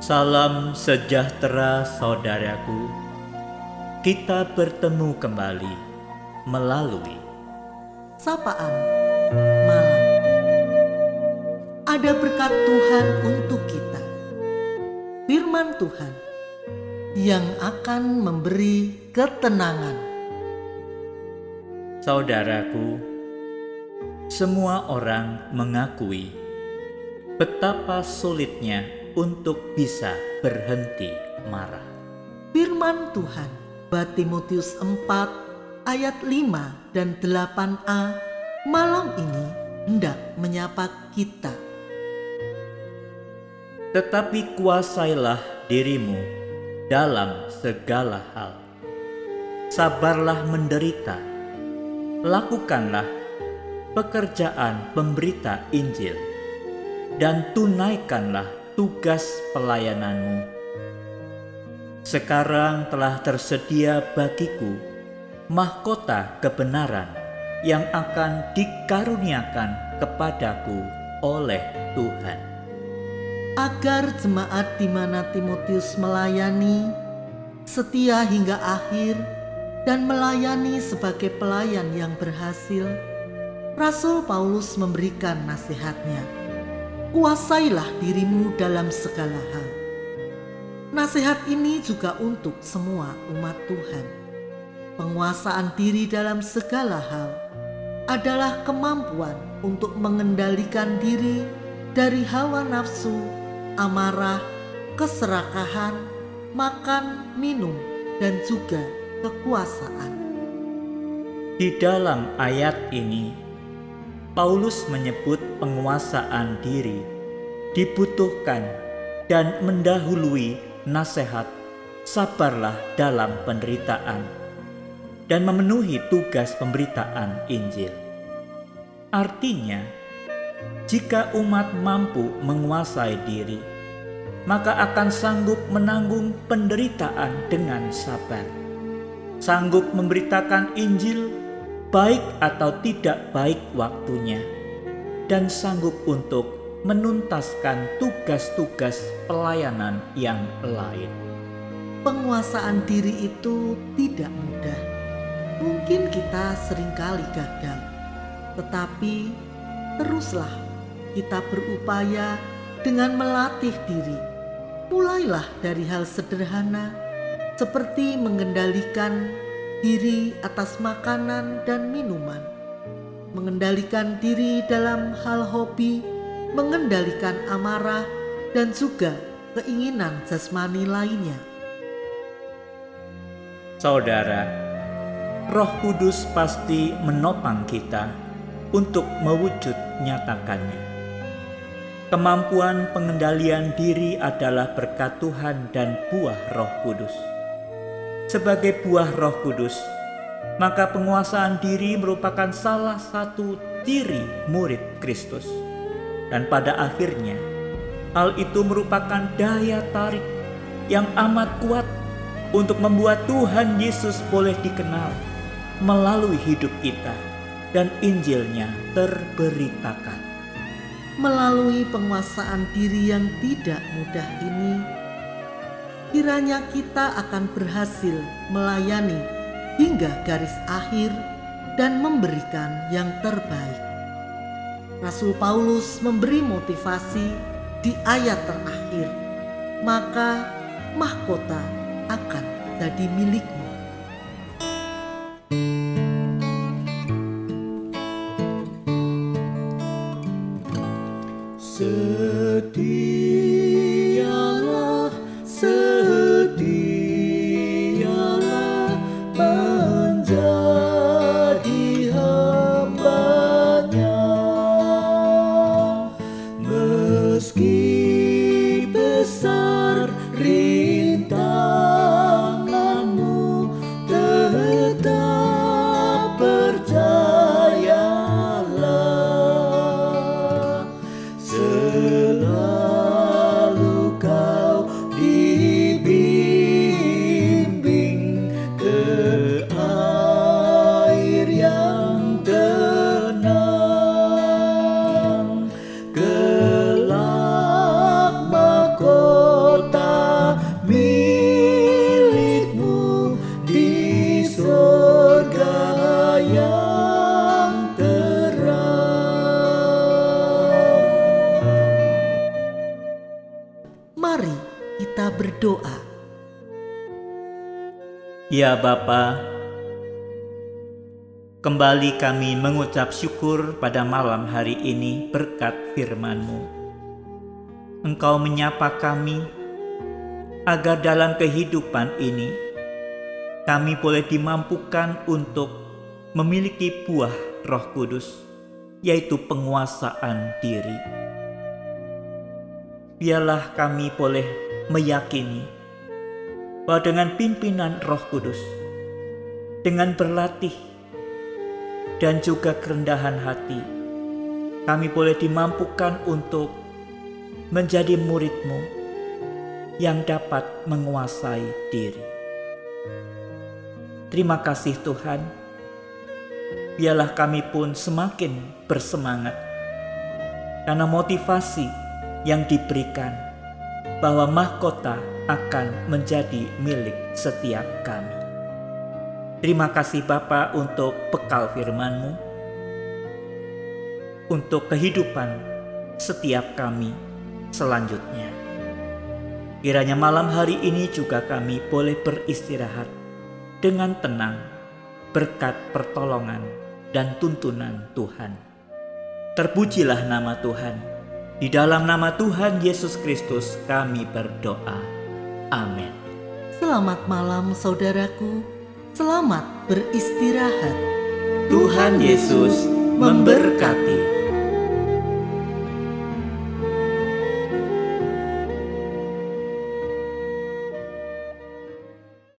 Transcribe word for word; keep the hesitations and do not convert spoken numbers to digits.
Salam sejahtera saudaraku. Kita bertemu kembali melalui Sapaan Malam. Ada berkat Tuhan untuk kita. Firman Tuhan yang akan memberi ketenangan. Saudaraku, semua orang mengakui betapa sulitnya untuk bisa berhenti marah. Firman Tuhan Timotius empat ayat lima dan delapan a malam ini hendak menyapa kita. Tetapi kuasailah dirimu dalam segala hal. Sabarlah menderita. Lakukanlah pekerjaan pemberita Injil dan tunaikanlah tugas pelayananmu. Sekarang telah tersedia bagiku mahkota kebenaran yang akan dikaruniakan kepadaku oleh Tuhan. Agar jemaat di mana Timotius melayani setia hingga akhir dan melayani sebagai pelayan yang berhasil, Rasul Paulus memberikan nasihatnya. Kuasailah dirimu dalam segala hal. Nasihat ini juga untuk semua umat Tuhan. Penguasaan diri dalam segala hal adalah kemampuan untuk mengendalikan diri dari hawa nafsu, amarah, keserakahan, makan, minum, dan juga kekuasaan. Di dalam ayat ini, Paulus menyebut penguasaan diri dibutuhkan dan mendahului nasihat sabarlah dalam penderitaan dan memenuhi tugas pemberitaan Injil. Artinya, jika umat mampu menguasai diri, maka akan sanggup menanggung penderitaan dengan sabar, sanggup memberitakan Injil baik atau tidak baik waktunya, dan sanggup untuk menuntaskan tugas-tugas pelayanan yang lain. Penguasaan diri itu tidak mudah. Mungkin kita seringkali gagal, tetapi teruslah kita berupaya dengan melatih diri. Mulailah dari hal sederhana seperti mengendalikan diri atas makanan dan minuman, mengendalikan diri dalam hal hobi, mengendalikan amarah dan juga keinginan jasmani lainnya. Saudara, Roh Kudus pasti menopang kita untuk mewujud nyatakannya. Kemampuan pengendalian diri adalah berkat Tuhan dan buah Roh Kudus. Sebagai buah Roh Kudus, maka penguasaan diri merupakan salah satu ciri murid Kristus. Dan pada akhirnya, hal itu merupakan daya tarik yang amat kuat untuk membuat Tuhan Yesus boleh dikenal melalui hidup kita dan Injilnya terberitakan. Melalui penguasaan diri yang tidak mudah ini, kiranya kita akan berhasil melayani hingga garis akhir dan memberikan yang terbaik. Rasul Paulus memberi motivasi di ayat terakhir, maka mahkota akan jadi milikmu. Setialah, setialah menjadi hamba-Nya, meski besar rintanganmu, tetap percayalah, selalu kau dibimbing ke air yang tenang, kelak mahkota Ya Bapa, kembali kami mengucap syukur pada malam hari ini berkat firman-Mu. Engkau menyapa kami agar dalam kehidupan ini kami boleh dimampukan untuk memiliki buah Roh Kudus, yaitu penguasaan diri. Biarlah kami boleh meyakini bahwa dengan pimpinan Roh Kudus, dengan berlatih dan juga kerendahan hati, kami boleh dimampukan untuk menjadi murid-Mu yang dapat menguasai diri. Terima kasih Tuhan, biarlah kami pun semakin bersemangat karena motivasi yang diberikan bahwa mahkota akan menjadi milik setiap kami. Terima kasih Bapa untuk bekal firman-Mu, untuk kehidupan setiap kami selanjutnya. Kiranya malam hari ini juga kami boleh beristirahat dengan tenang berkat pertolongan dan tuntunan Tuhan. Terpujilah nama Tuhan. Di dalam nama Tuhan Yesus Kristus kami berdoa. Amin. Selamat malam saudaraku, selamat beristirahat. Tuhan Yesus memberkati.